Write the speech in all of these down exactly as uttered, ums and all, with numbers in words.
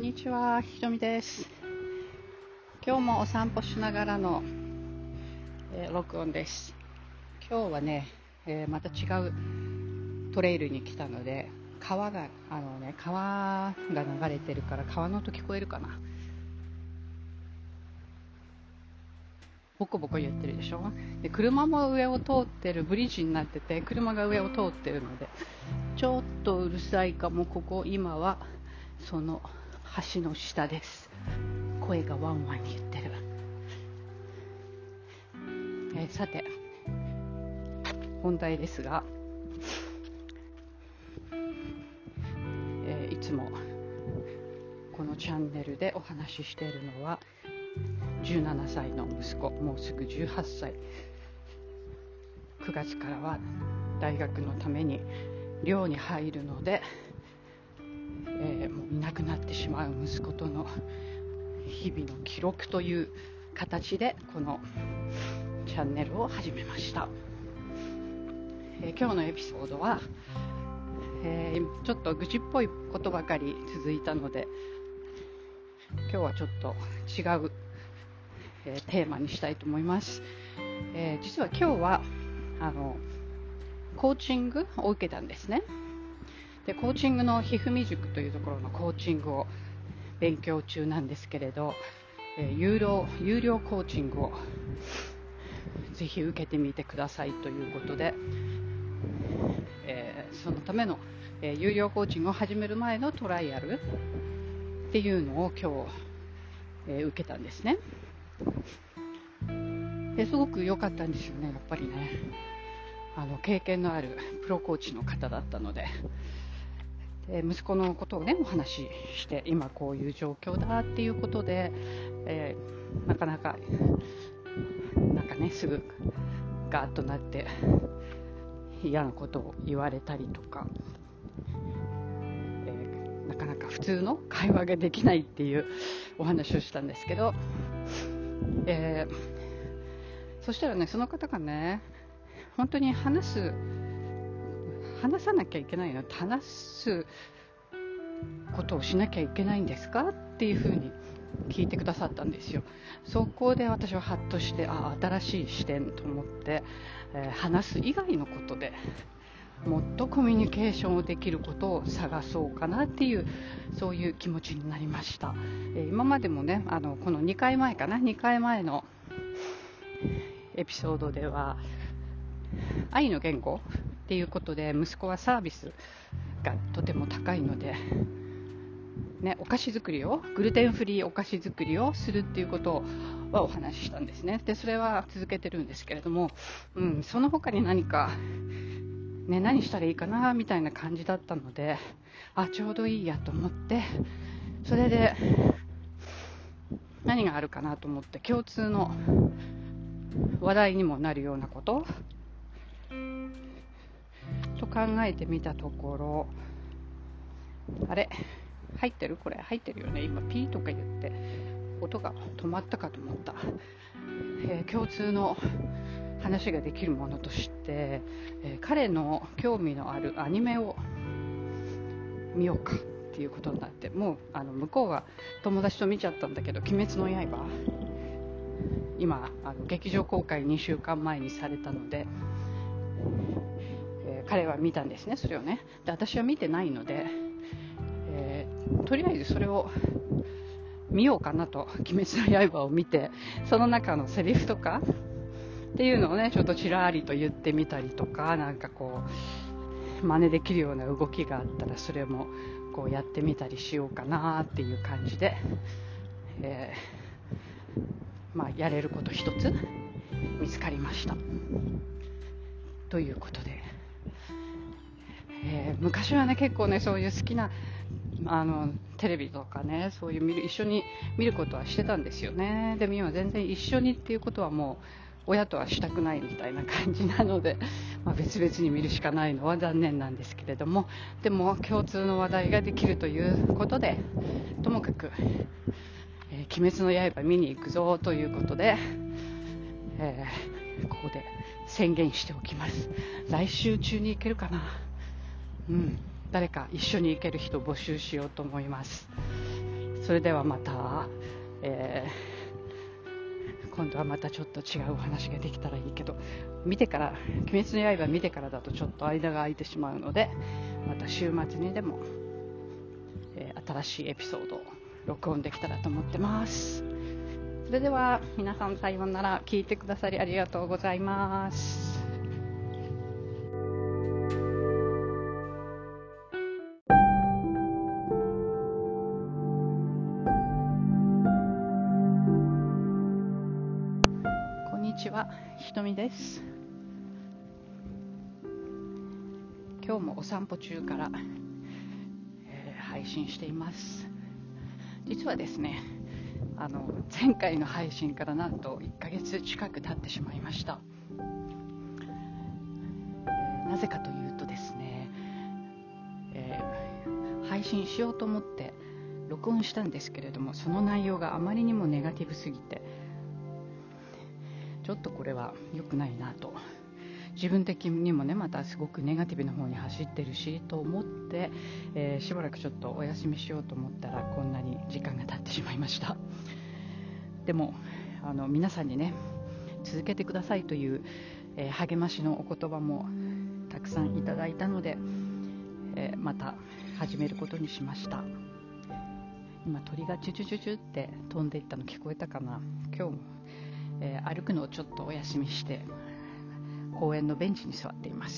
にちは、ひとみです。今日もお散歩しながらの、えー録音です。今日はね、えーまた違うトレイルに来たので、川があのね川が流れてるから川の音聞こえるかな。ボコボコ言ってるでしょ。で、車も上を通ってるブリッジになってて、車が上を通ってるのでちょっとうるさいかも。ここ今はその橋の下です。声がワンワン言ってる。えーさて本題ですが、えーいつもこのチャンネルでお話ししているのはじゅうななさいの息子、もうすぐじゅうはっさい、くがつからは大学のために寮に入るので、えーもういなくなってしまう息子との日々の記録という形でこのチャンネルを始めました。えー今日のエピソードは、えーちょっと愚痴っぽいことばかり続いたので、今日はちょっと違う、えーテーマにしたいと思います。えー実は今日はあのコーチングを受けたんですね。でコーチングのひふみ塾というところのコーチングを勉強中なんですけれど、えー有料有料コーチングをぜひ受けてみてくださいということで、えーそのための、えー有料コーチングを始める前のトライアルっていうのを今日、えー受けたんですね。ですごく良かったんですよね。やっぱりね、あの経験のあるプロコーチの方だったので、で息子のことをねお話しして、今こういう状況だっていうことで、えーなかなかなんかねすぐガーッとなって嫌なことを言われたりとか、えーなかなか普通の会話ができないっていうお話をしたんですけど、えーそしたらね、その方がね、本当に話す話さなきゃいけないの、話すことをしなきゃいけないんですかっていうふうに聞いてくださったんですよ。そこで私はハッとして、あ、新しい視点と思って、えー話す以外のことでもっとコミュニケーションをできることを探そうかなっていう、そういう気持ちになりました。えー今までもね、あのこのにかいまえかなにかいまえのエピソードでは愛の言語っていうことで、息子はサービスがとても高いので、ね、お菓子作りをグルテンフリーお菓子作りをするっていうことはお話ししたんですね。でそれは続けてるんですけれども、うん、その他に何か、ね、何したらいいかなみたいな感じだったので、あ、ちょうどいいやと思って、それで何があるかなと思って共通の話題にもなるようなことと考えてみたところ、あれ入ってるこれ入ってるよね。今ピーとか言って音が止まったかと思った。えー共通の話ができるものとして、えー彼の興味のあるアニメを見ようかっていうことになって、もうあの向こうは友達と見ちゃったんだけど、鬼滅の刃今あの劇場公開にしゅうかんまえにされたので、えー彼は見たんですね、それをね。で私は見てないので、えーとりあえずそれを見ようかなと。鬼滅の刃を見て、その中のセリフとかっていうのをねちょっとちらりと言ってみたりとか、なんかこう真似できるような動きがあったらそれもこうやってみたりしようかなっていう感じで、えーまあ、やれること一つ見つかりましたということで、えー昔はね結構ねそういう好きなあのテレビとかね、そういう見る一緒に見ることはしてたんですよね。でも今全然一緒にっていうことはもう親とはしたくないみたいな感じなので、まあ、別々に見るしかないのは残念なんですけれども、でも共通の話題ができるということで、ともかく、えー鬼滅の刃見に行くぞということで、えーここで宣言しておきます。来週中に行けるかな。うん誰か一緒に行ける人を募集しようと思います。 それではまた、えー、今度はまたちょっと違うお話ができたらいいけど、見てから鬼滅の刃見てからだとちょっと間が空いてしまうので、また週末にでも、えー、新しいエピソードを録音できたらと思ってます。それでは皆さんさようなら。聞いてくださりありがとうございます。こんにちは、ひとみです。今日もお散歩中から、えー、配信しています。実はですね、あの前回の配信からなんといっかげつ近く経ってしまいました。えー、なぜかというとですね、えー、配信しようと思って録音したんですけれども、その内容があまりにもネガティブすぎて、ちょっとこれは良くないなと、自分的にもね、またすごくネガティブな方に走ってるしと思って、えー、しばらくちょっとお休みしようと思ったら、こんなに時間が経ってしまいました。でもあの皆さんにね、続けてくださいという、えー、励ましのお言葉もたくさんいただいたので、えー、また始めることにしました。今鳥がチュチュチュチュって飛んでいったの聞こえたかな。今日も、えー、歩くのをちょっとお休みして公園のベンチに座っています。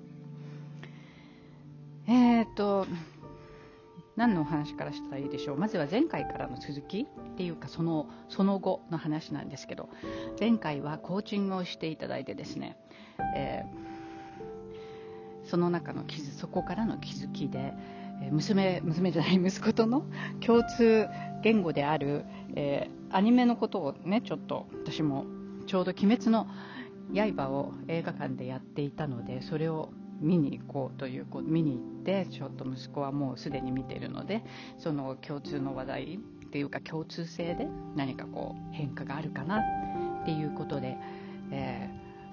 えーと何のお話からしたらいいでしょう。まずは前回からの続きっていうか、そのその後の話なんですけど、前回はコーチングをしていただいてですね、えー、その中の気づそこからの気づきで、えー、娘娘じゃない息子との共通言語である、えー、アニメのことをね、ちょっと私もちょうど鬼滅の刃を映画館でやっていたので、それを見に行こうというこう見に行って、ちょっと息子はもうすでに見ているので、その共通の話題っていうか共通性で何かこう変化があるかなっていうことで、え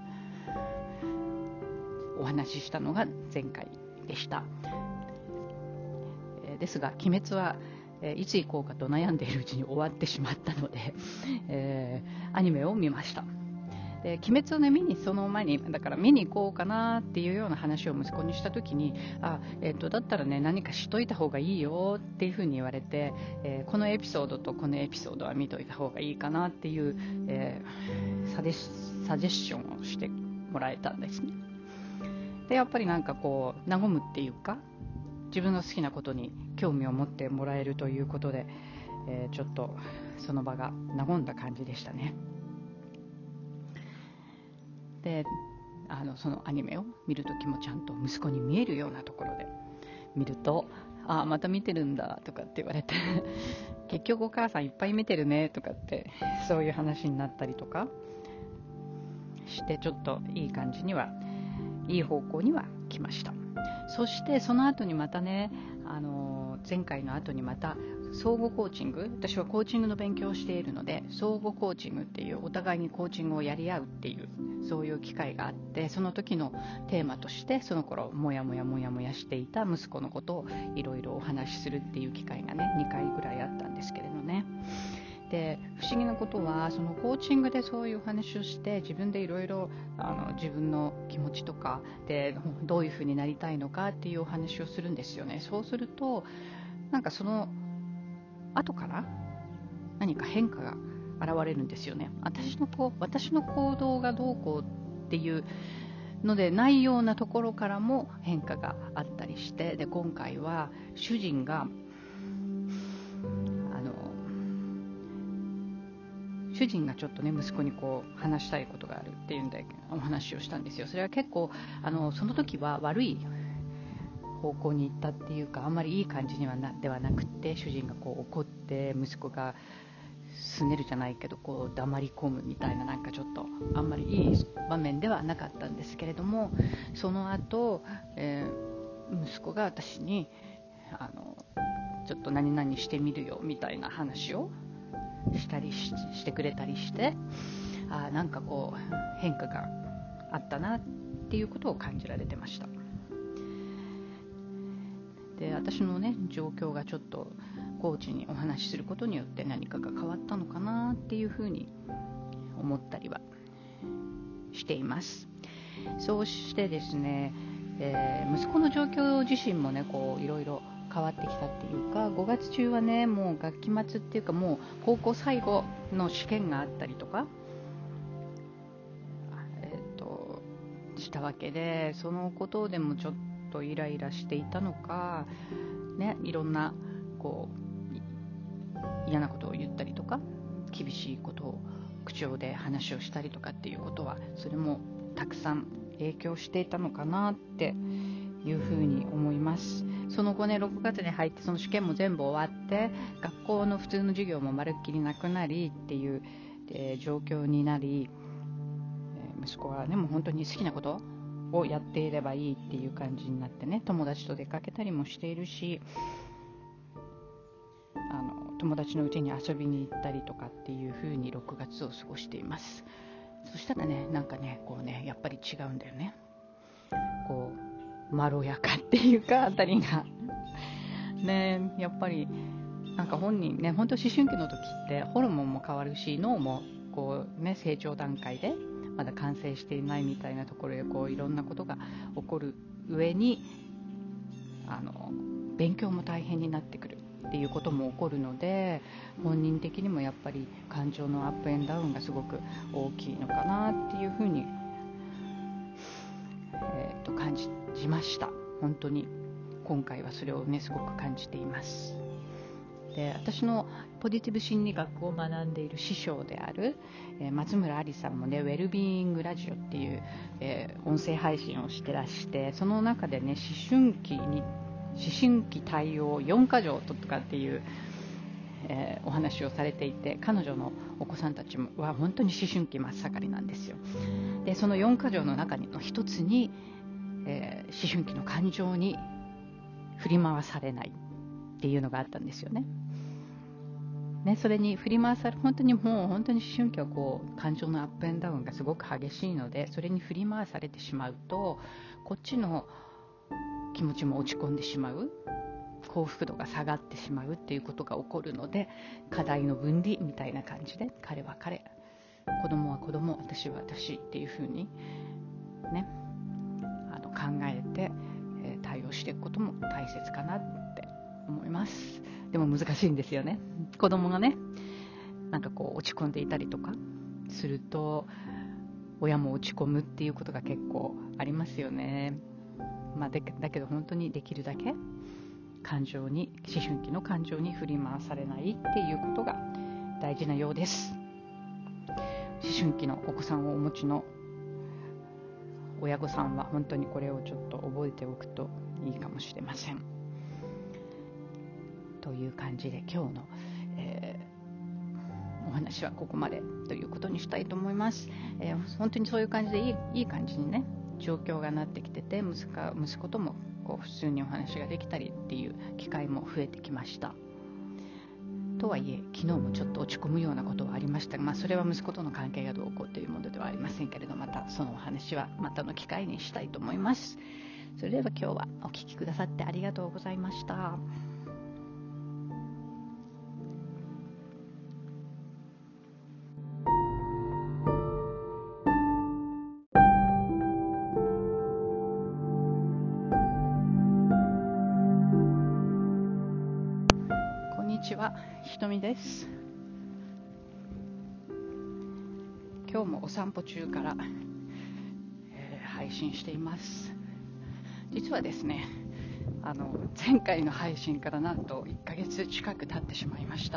ー、お話ししたのが前回でした。えー、ですが鬼滅は、えー、いつ行こうかと悩んでいるうちに終わってしまったので、えー、アニメを見ました。で鬼滅を、ね、見にその前にだから見に行こうかなっていうような話を息子にしたときに、あ、えー、とだったらね、何かしといた方がいいよっていうふうに言われて、えー、このエピソードとこのエピソードは見といた方がいいかなっていう、えー、サデサジェッションをしてもらえたんですね。でやっぱりなんかこう和むっていうか、自分の好きなことに興味を持ってもらえるということで、えー、ちょっとその場が和んだ感じでしたね。であのそのアニメを見るときもちゃんと息子に見えるようなところで見ると、あ、また見てるんだとかって言われて結局お母さんいっぱい見てるねとかって、そういう話になったりとかして、ちょっといい感じにはいい方向には来ました。そしてその後にまたね、あの前回の後にまた相互コーチング、私はコーチングの勉強をしているので、相互コーチングっていうお互いにコーチングをやり合うっていう、そういう機会があって、その時のテーマとしてその頃もやもやもやもやしていた息子のことをいろいろお話しするっていう機会がね、にかいぐらいあったんですけれどね。で不思議なことは、そのコーチングでそういうお話をして、自分でいろいろ自分の気持ちとかでどういうふうになりたいのかっていうお話をするんですよね。そうするとなんかその後から何か変化が現れるんですよね。私のこう私の行動がどうこうっていうのでないようなところからも変化があったりして、で今回は主人があの主人がちょっとね、息子にこう話したいことがあるっていうんでお話をしたんですよ。それは結構あのその時は悪い方向に行ったっていうか、あんまりいい感じにはなではなくて、主人がこう怒って息子がすねるじゃないけどこう黙り込むみたいな、なんかちょっとあんまりいい場面ではなかったんですけれども、その後、えー、息子が私にあのちょっと何々してみるよみたいな話をしたり し, してくれたりして、あ、なんかこう変化があったなっていうことを感じられてました。で私のね状況がちょっとコーチにお話しすることによって何かが変わったのかなっていうふうに思ったりはしています。そうしてですね、えー、息子の状況自身もねこういろいろ変わってきたっていうか、ごがつ中はねもう学期末っていうかもう高校最後の試験があったりとか、えー、としたわけで、そのことでもちょっとイライラしていたのか、ね、いろんなこう嫌なことを言ったりとか厳しいことを口調で話をしたりとかっていうことは、それもたくさん影響していたのかなっていうふうに思います。その後ねろくがつに入ってその試験も全部終わって、学校の普通の授業もまるっきりなくなりっていう、えー、状況になり、えー、息子はねもう本当に好きなことをやっていればいいっていう感じになってね、友達と出かけたりもしているし、あの友達の家に遊びに行ったりとかっていう風にろくがつを過ごしています。そしたらねなんかねこうねやっぱり違うんだよね。こうまろやかっていうかあたりがね、やっぱりなんか本人ね本当思春期の時ってホルモンも変わるし、脳もこうね成長段階でまだ完成していないみたいなところでこういろんなことが起こる上に、あの勉強も大変になってくるっていうことも起こるので、本人的にもやっぱり感情のアップエンダウンがすごく大きいのかなっていうふうに、えー、と感じました。本当に今回はそれをねすごく感じています。で、私のポジティブ心理学を学んでいる師匠である、えー、松村ありさんもねウェルビーイングラジオっていう、えー、音声配信をしてらして、その中でね思春期に思春期対応よんか条とかっていう、えー、お話をされていて、彼女のお子さんたちは本当に思春期真っ盛りなんですよ。でそのよんか条の中の一つに、えー、思春期の感情に振り回されないっていうのがあったんですよね。ね、それに振り回され、本当にもう本当に思春期はこう感情のアップエンダウンがすごく激しいので、それに振り回されてしまうとこっちの気持ちも落ち込んでしまう、幸福度が下がってしまうっていうことが起こるので、課題の分離みたいな感じで、彼は彼、子供は子供、私は私っていうふうにねあの考えて、えー、対応していくことも大切かなって思います。でも難しいんですよね。子供がねなんかこう落ち込んでいたりとかすると親も落ち込むっていうことが結構ありますよね。まあ、でだけど本当にできるだけ感情に思春期の感情に振り回されないっていうことが大事なようです。思春期のお子さんをお持ちの親御さんは本当にこれをちょっと覚えておくといいかもしれません。という感じで今日の、えー、お話はここまでということにしたいと思います。えー、本当にそういう感じでいい、いい感じにね状況がなってきてて、息子、息子ともこう普通にお話ができたりっていう機会も増えてきました。とはいえ昨日もちょっと落ち込むようなことはありましたが、まあ、それは息子との関係がどうこうというものではありませんけれど、またそのお話はまたの機会にしたいと思います。それでは今日はお聞きくださってありがとうございました。こんにちは、ひとみです。今日もお散歩中から、えー、配信しています。実はですね、あの前回の配信からなんといっかげつ近く経ってしまいました。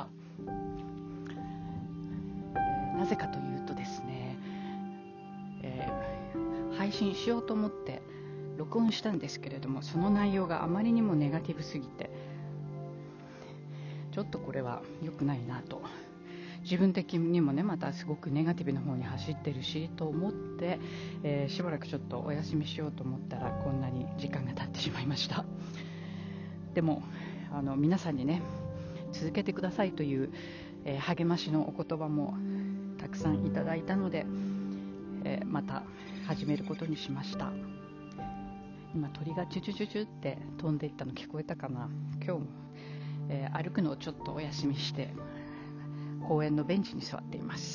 えー、なぜかというとですね、えー、配信しようと思って録音したんですけれども、その内容があまりにもネガティブすぎて、ちょっとこれは良くないなと、自分的にもねまたすごくネガティブな方に走ってるしと思って、えー、しばらくちょっとお休みしようと思ったらこんなに時間が経ってしまいました。でもあの皆さんにね続けてくださいという、えー、励ましのお言葉もたくさんいただいたので、えー、また始めることにしました。今鳥がチュチュチュチュって飛んでいったの聞こえたかな。今日もえー、歩くのをちょっとお休みして公園のベンチに座っています。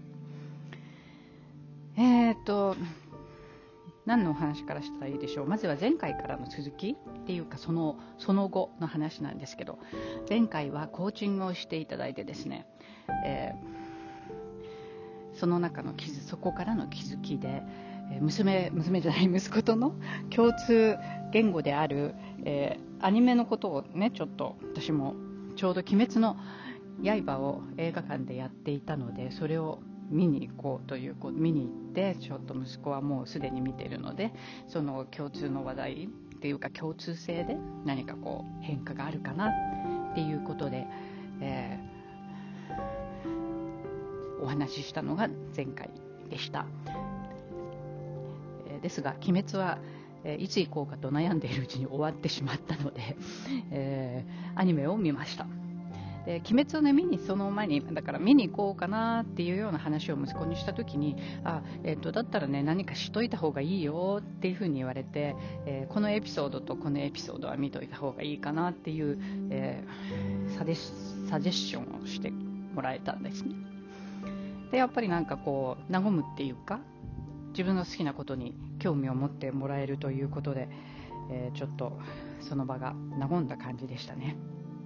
えーと何のお話からしたらいいでしょう。まずは前回からの続きっていうかそのその後の話なんですけど、前回はコーチングをしていただいてですね、えー、その中の気づそこからの気づきで、えー、娘娘じゃない息子との共通言語である、えー、アニメのことをね、ちょっと私もちょうど鬼滅の刃を映画館でやっていたので、それを見に行こうというこう見に行って、ちょっと息子はもうすでに見ているので、その共通の話題っていうか共通性で何かこう変化があるかなっていうことで、えー、お話ししたのが前回でした。えー、ですが鬼滅は、えー、いつ行こうかと悩んでいるうちに終わってしまったので、えー、アニメを見ました。で鬼滅を、ね、見にその前にだから見に行こうかなっていうような話を息子にした時に、あ、えー、とだったらね何かしといた方がいいよっていうふうに言われて、えー、このエピソードとこのエピソードは見といた方がいいかなっていう、えー、サデサジェッションをしてもらえたんですね。でやっぱりなんかこう和むっていうか、自分の好きなことに興味を持ってもらえるということで、えー、ちょっとその場が和んだ感じでしたね。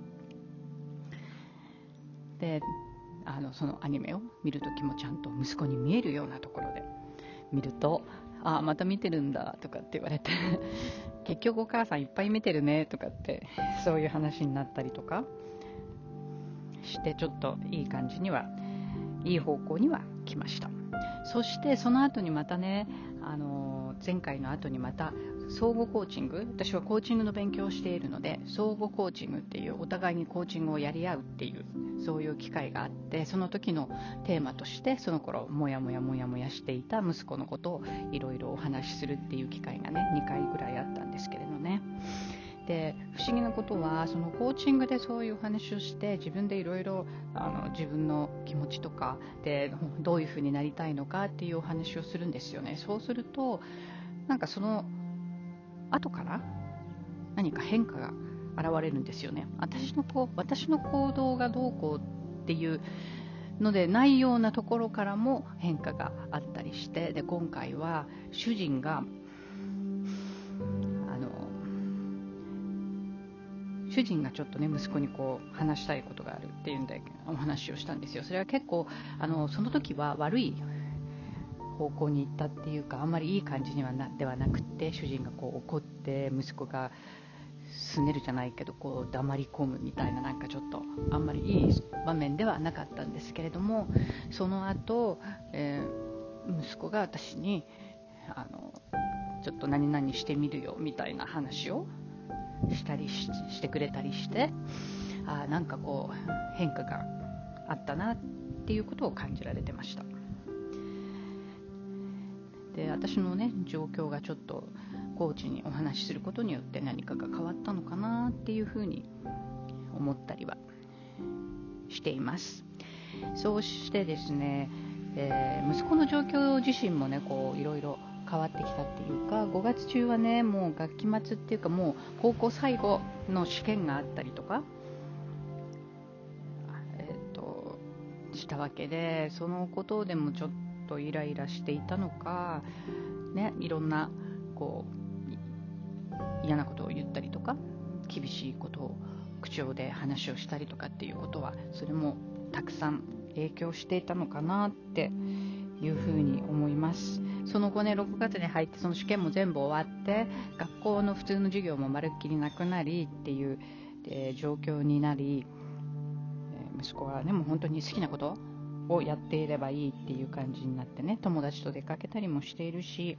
であのそのアニメを見るときもちゃんと息子に見えるようなところで見ると、ああまた見てるんだとかって言われて結局お母さんいっぱい見てるねとかってそういう話になったりとかして、ちょっといい感じにはいい方向には来ました。そしてその後にまたね、あの前回の後にまた相互コーチング、私はコーチングの勉強をしているので、相互コーチングっていうお互いにコーチングをやり合うっていうそういう機会があって、その時のテーマとしてその頃もやもやもやもやしていた息子のことをいろいろお話しするっていう機会がねにかいぐらいあったんですけれどね。で不思議なことはそのコーチングでそういうお話をして自分でいろいろ自分の気持ちとかでどういうふうになりたいのかっていうお話をするんですよね。そうするとなんかその後から何か変化が現れるんですよね。私のこう私の行動がどうこうっていうのでないようなところからも変化があったりして、で今回は主人があの主人がちょっとね息子にこう話したいことがあるっていうんでお話をしたんですよ。それは結構あのその時は悪い方向に行ったっていうか、あんまりいい感じにはなではなくて、主人がこう怒って息子がすねるじゃないけどこう黙り込むみたいな、なんかちょっとあんまりいい場面ではなかったんですけれども、その後、えー、息子が私にあのちょっと何々してみるよみたいな話をしたり し, してくれたりして、あなんかこう変化があったなっていうことを感じられてました。で私のね状況がちょっとコーチにお話しすることによって何かが変わったのかなっていうふうに思ったりはしています。そうしてですね、えー、息子の状況自身もねこういろいろ変わってきたっていうか、ごがつ中はねもう学期末っていうかもう高校最後の試験があったりとか、えー、としたわけで、そのことでもちょっとイライラしていたのか、ね、いろんなこう嫌なことを言ったりとか厳しいことを口調で話をしたりとかっていうことは、それもたくさん影響していたのかなっていうふうに思います。その後ねろくがつに入ってその試験も全部終わって、学校の普通の授業もまるっきりなくなりっていう、えー、状況になり、えー、息子はねもう本当に好きなことをやっていればいいっていう感じになってね、友達と出かけたりもしているし、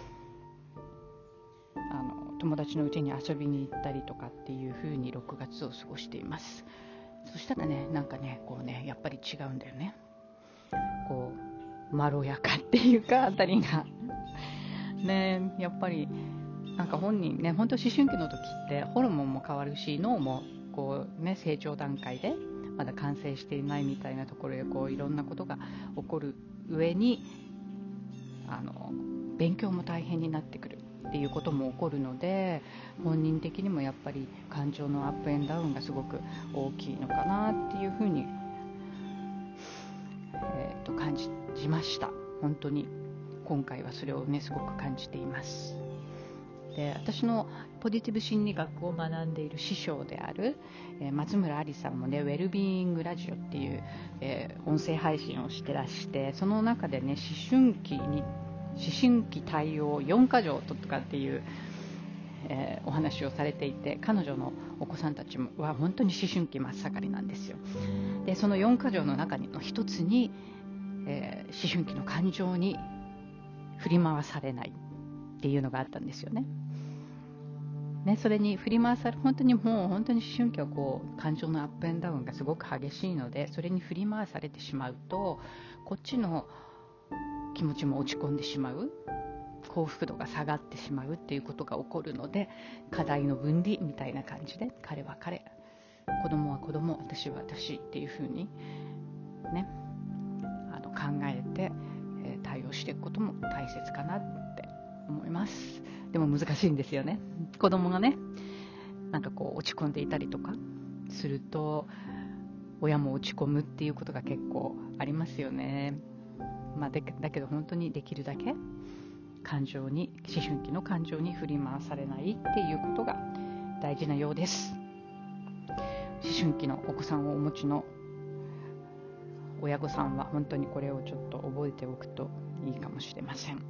あの友達の家に遊びに行ったりとかっていう風にろくがつを過ごしています。そしたらねなんかねこうねやっぱり違うんだよね。こうまろやかっていうかあたりがね、やっぱりなんか本人ね本当思春期の時ってホルモンも変わるし脳もこうね成長段階でまだ完成していないみたいなところでこういろんなことが起こる上にあの勉強も大変になってくるっていうことも起こるので、本人的にもやっぱり感情のアップエンダウンがすごく大きいのかなっていうふうに、えー、と感じました。本当に今回はそれをねすごく感じています。で、私のポジティブ心理学を学んでいる師匠である、えー、松村ありさんもね、ウェルビーイングラジオっていう、えー、音声配信をしてらして、その中でね、思春期に思春期対応よんか条とかっていう、えー、お話をされていて、彼女のお子さんたちは本当に思春期真っ盛りなんですよ。で、そのよんか条の中の一つに、えー、思春期の感情に振り回されないっていうのがあったんですよね。ね、それに振り回され、本当にもう本当に思春期はこう感情のアップエンダウンがすごく激しいので、それに振り回されてしまうと、こっちの気持ちも落ち込んでしまう、幸福度が下がってしまうっていうことが起こるので、課題の分離みたいな感じで、彼は彼、子供は子供、私は私っていうふうにね、あの考えて、えー、対応していくことも大切かなって思います。でも難しいんですよね。子供がね、なんかこう落ち込んでいたりとかすると、親も落ち込むっていうことが結構ありますよね。まあ、でだけど本当にできるだけ感情に、思春期の感情に振り回されないっていうことが大事なようです。思春期のお子さんをお持ちの親御さんは本当にこれをちょっと覚えておくといいかもしれません。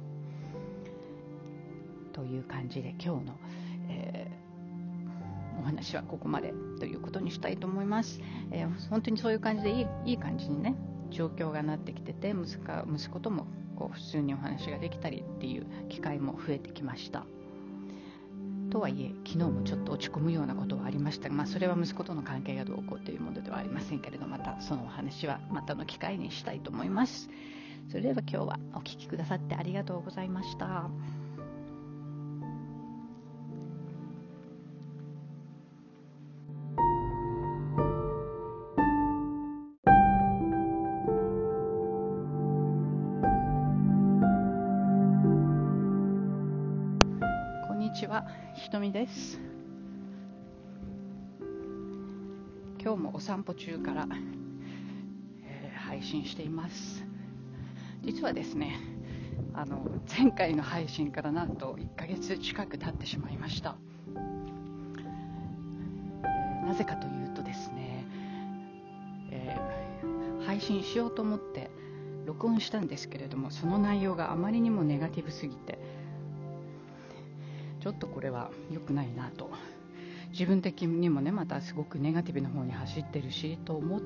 という感じで今日の、えー、お話はここまでということにしたいと思います。えー、本当にそういう感じでいい、いい感じにね、状況がなってきてて、息子、息子ともこう普通にお話ができたりっていう機会も増えてきました。とはいえ、昨日もちょっと落ち込むようなことはありましたが、まあ、それは息子との関係がどうこうというものではありませんけれど、またそのお話はまたの機会にしたいと思います。それでは今日はお聞きくださってありがとうございました。こんにちは、ひとみです。今日もお散歩中から、えー、配信しています。実はですね、あの前回の配信からなんといっかげつ近く経ってしまいました。えー、なぜかというとですね、えー、配信しようと思って録音したんですけれども、その内容があまりにもネガティブすぎて、ちょっとこれは良くないなと、自分的にもね、またすごくネガティブな方に走ってるしと思って、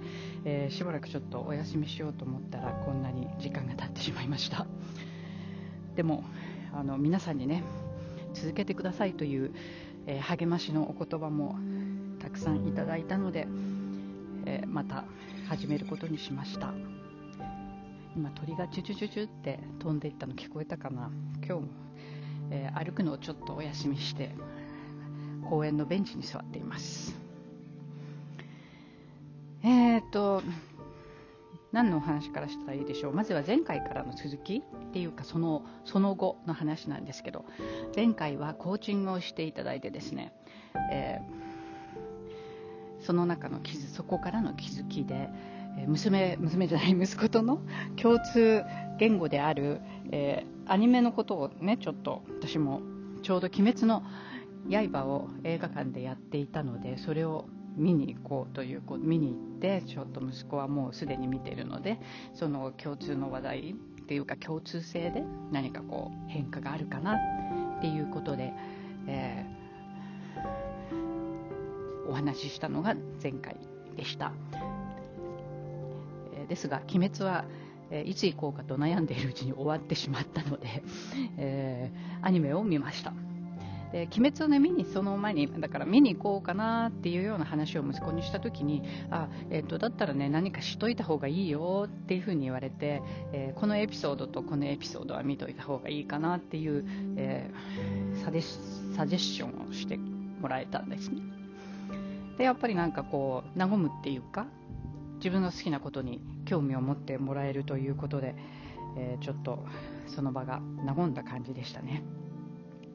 えー、しばらくちょっとお休みしようと思ったら、こんなに時間が経ってしまいました。でもあの皆さんにね、続けてくださいという、えー、励ましのお言葉もたくさんいただいたので、えー、また始めることにしました。今鳥がチュチュチュチュって飛んでいったの聞こえたかな。今日も、えー、歩くのをちょっとお休みして公園のベンチに座っています。えーと何のお話からしたらいいでしょう。まずは前回からの続きっていうか、そのその後の話なんですけど、前回はコーチングをしていただいてですね、えー、その中の気づそこからの気づきで、えー、娘娘じゃない息子との共通言語である、えー、アニメのことをね、ちょっと私もちょうど鬼滅の刃を映画館でやっていたので、それを見に行こうという、こう見に行って、ちょっと息子はもうすでに見ているので、その共通の話題っていうか共通性で何かこう変化があるかなっていうことで、えー、お話ししたのが前回でした。えー、ですが鬼滅は、えー、いつ行こうかと悩んでいるうちに終わってしまったので、えー、アニメを見ました。で、鬼滅をね、見にその前にだから見に行こうかなっていうような話を息子にしたときに、あ、えー、とだったらね、何かしといた方がいいよっていうふうに言われて、えー、このエピソードとこのエピソードは見といた方がいいかなっていう、えー、サデサジェッションをしてもらえたんですね。で、やっぱりなんかこう和むっていうか、自分の好きなことに興味を持ってもらえるということで、えー、ちょっとその場が和んだ感じでしたね。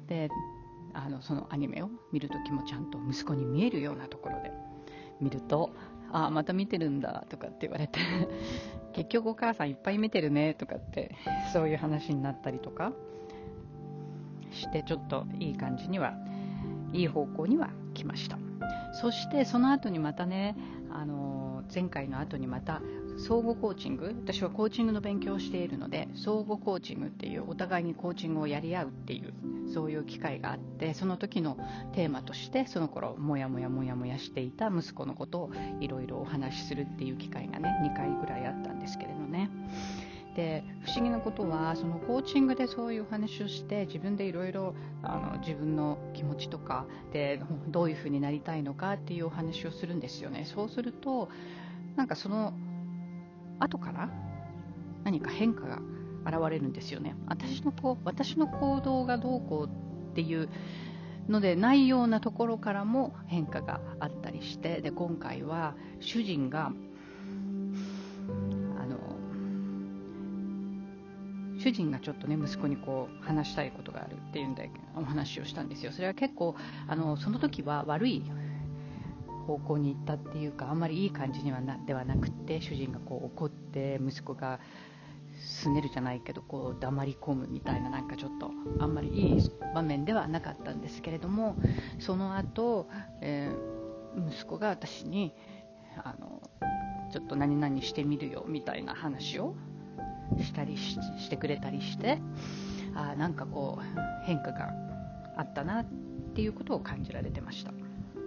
であのそのアニメを見るときもちゃんと息子に見えるようなところで見ると、ああまた見てるんだとかって言われて結局お母さんいっぱい見てるねとかってそういう話になったりとかして、ちょっといい感じにはいい方向には来ました。そしてその後にまたね、あの前回の後にまた相互コーチング、私はコーチングの勉強をしているので、相互コーチングっていうお互いにコーチングをやり合うっていうそういう機会があって、その時のテーマとしてその頃もやもやもやもやしていた息子のことをいろいろお話しするっていう機会がねにかいぐらいあったんですけれどね。で不思議なことは、そのコーチングでそういうお話をして自分でいろいろ自分の気持ちとかでどういう風になりたいのかっていうお話をするんですよね。そうするとなんかその後から何か変化が現れるんですよね。私のこう私の行動がどうこうっていうのでないようなところからも変化があったりして、で今回は主人があの主人がちょっとね息子にこう話したいことがあるっていうんでお話をしたんですよ。それは結構あのその時は悪い方向に行ったっていうか、あんまりいい感じにはなではなくて、主人がこう怒って息子がすねるじゃないけどこう黙り込むみたいな、なんかちょっとあんまりいい場面ではなかったんですけれども、その後、えー、息子が私にあのちょっと何々してみるよみたいな話をしたり し, してくれたりして、あなんかこう変化があったなっていうことを感じられてました。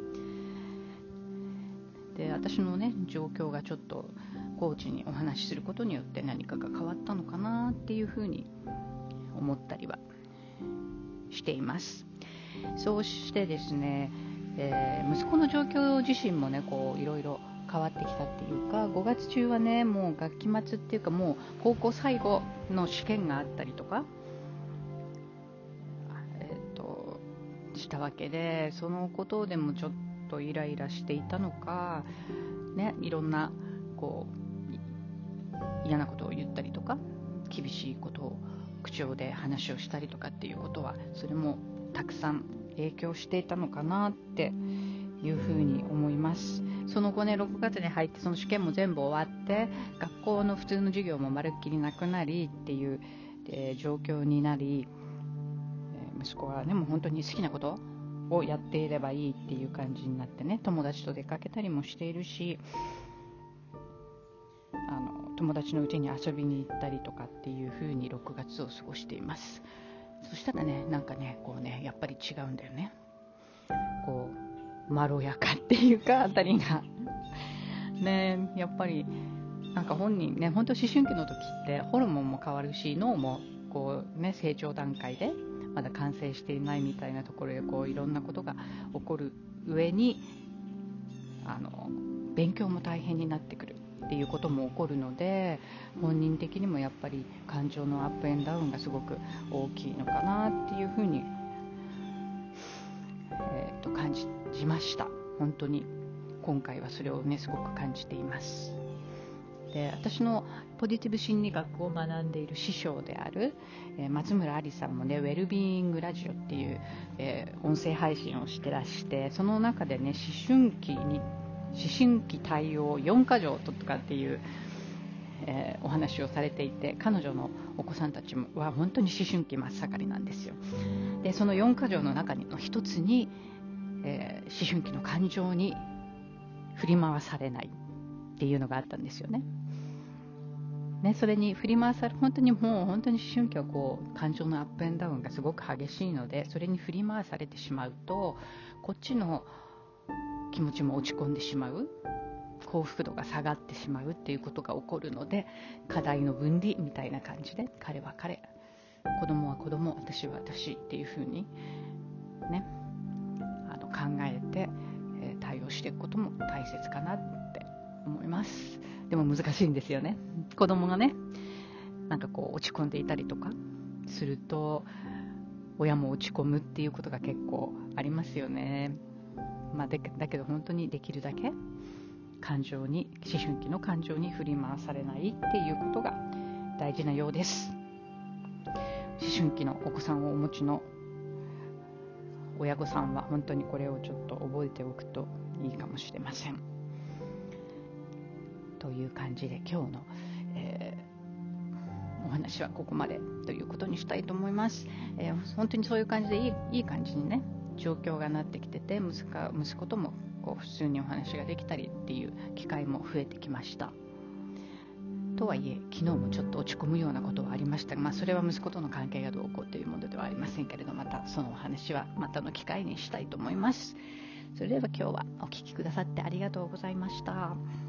で私のね状況がちょっとコーチにお話しすることによって何かが変わったのかなっていうふうに思ったりはしています。そうしてですね、えー、息子の状況自身もねこういろいろ変わってきたっていうか、ごがつ中はねもう学期末っていうかもう高校最後の試験があったりとか、えー、としたわけで、そのことでもちょっとイライラしていたのか、ね、いろんなこう嫌なことを言ったりとか厳しいことを口調で話をしたりとかっていうことは、それもたくさん影響していたのかなっていうふうに思います。その後ねろくがつに入ってその試験も全部終わって、学校の普通の授業もまるっきりなくなりっていう、えー、状況になり、えー、息子はねもう本当に好きなことをやっていればいいっていう感じになってね、友達と出かけたりもしているし、あの友達の家に遊びに行ったりとかっていう風にろくがつを過ごしています。そしたらねなんかねこうねやっぱり違うんだよね。こうまろやかっていうかあたりがね、やっぱりなんか本人ね本当思春期の時ってホルモンも変わるし、脳もこうね成長段階でまだ完成していないみたいなところでこういろんなことが起こる上に、あの勉強も大変になってくるっていうことも起こるので、本人的にもやっぱり感情のアップエンダウンがすごく大きいのかなっていうふうに、えー、と感じました。本当に今回はそれをねすごく感じています。で私のポジティブ心理学を学んでいる師匠である、えー、松村ありさんもねウェルビーイングラジオっていう、えー、音声配信をしてらして、その中でね思春期に思春期対応よんか条とかっていう、えー、お話をされていて、彼女のお子さんたちは本当に思春期真っ盛りなんですよ。でそのよんか条の中の一つに、えー、思春期の感情に振り回されないっていうのがあったんですよね。ね、それに振り回され本当にもう本当に思春期はこう感情のアップエンダウンがすごく激しいので、それに振り回されてしまうとこっちの気持ちも落ち込んでしまう、幸福度が下がってしまうっていうことが起こるので、課題の分離みたいな感じで、彼は彼、子供は子供、私は私っていう風にねあの考えて、えー、対応していくことも大切かなって思います。でも難しいんですよね。子供がねなんかこう落ち込んでいたりとかすると親も落ち込むっていうことが結構ありますよね。まあ、でだけど本当にできるだけ感情に思春期の感情に振り回されないっていうことが大事なようです。思春期のお子さんをお持ちの親御さんは本当にこれをちょっと覚えておくといいかもしれません。という感じで今日の、えー、お話はここまでということにしたいと思います。えー、本当にそういう感じでいい、いい感じにね状況がなってきてて、息子、息子ともこう普通にお話ができたりっていう機会も増えてきました。とはいえ昨日もちょっと落ち込むようなことはありましたが、まあ、それは息子との関係がどうこうというものではありませんけれど、またそのお話はまたの機会にしたいと思います。それでは今日はお聞きくださってありがとうございました。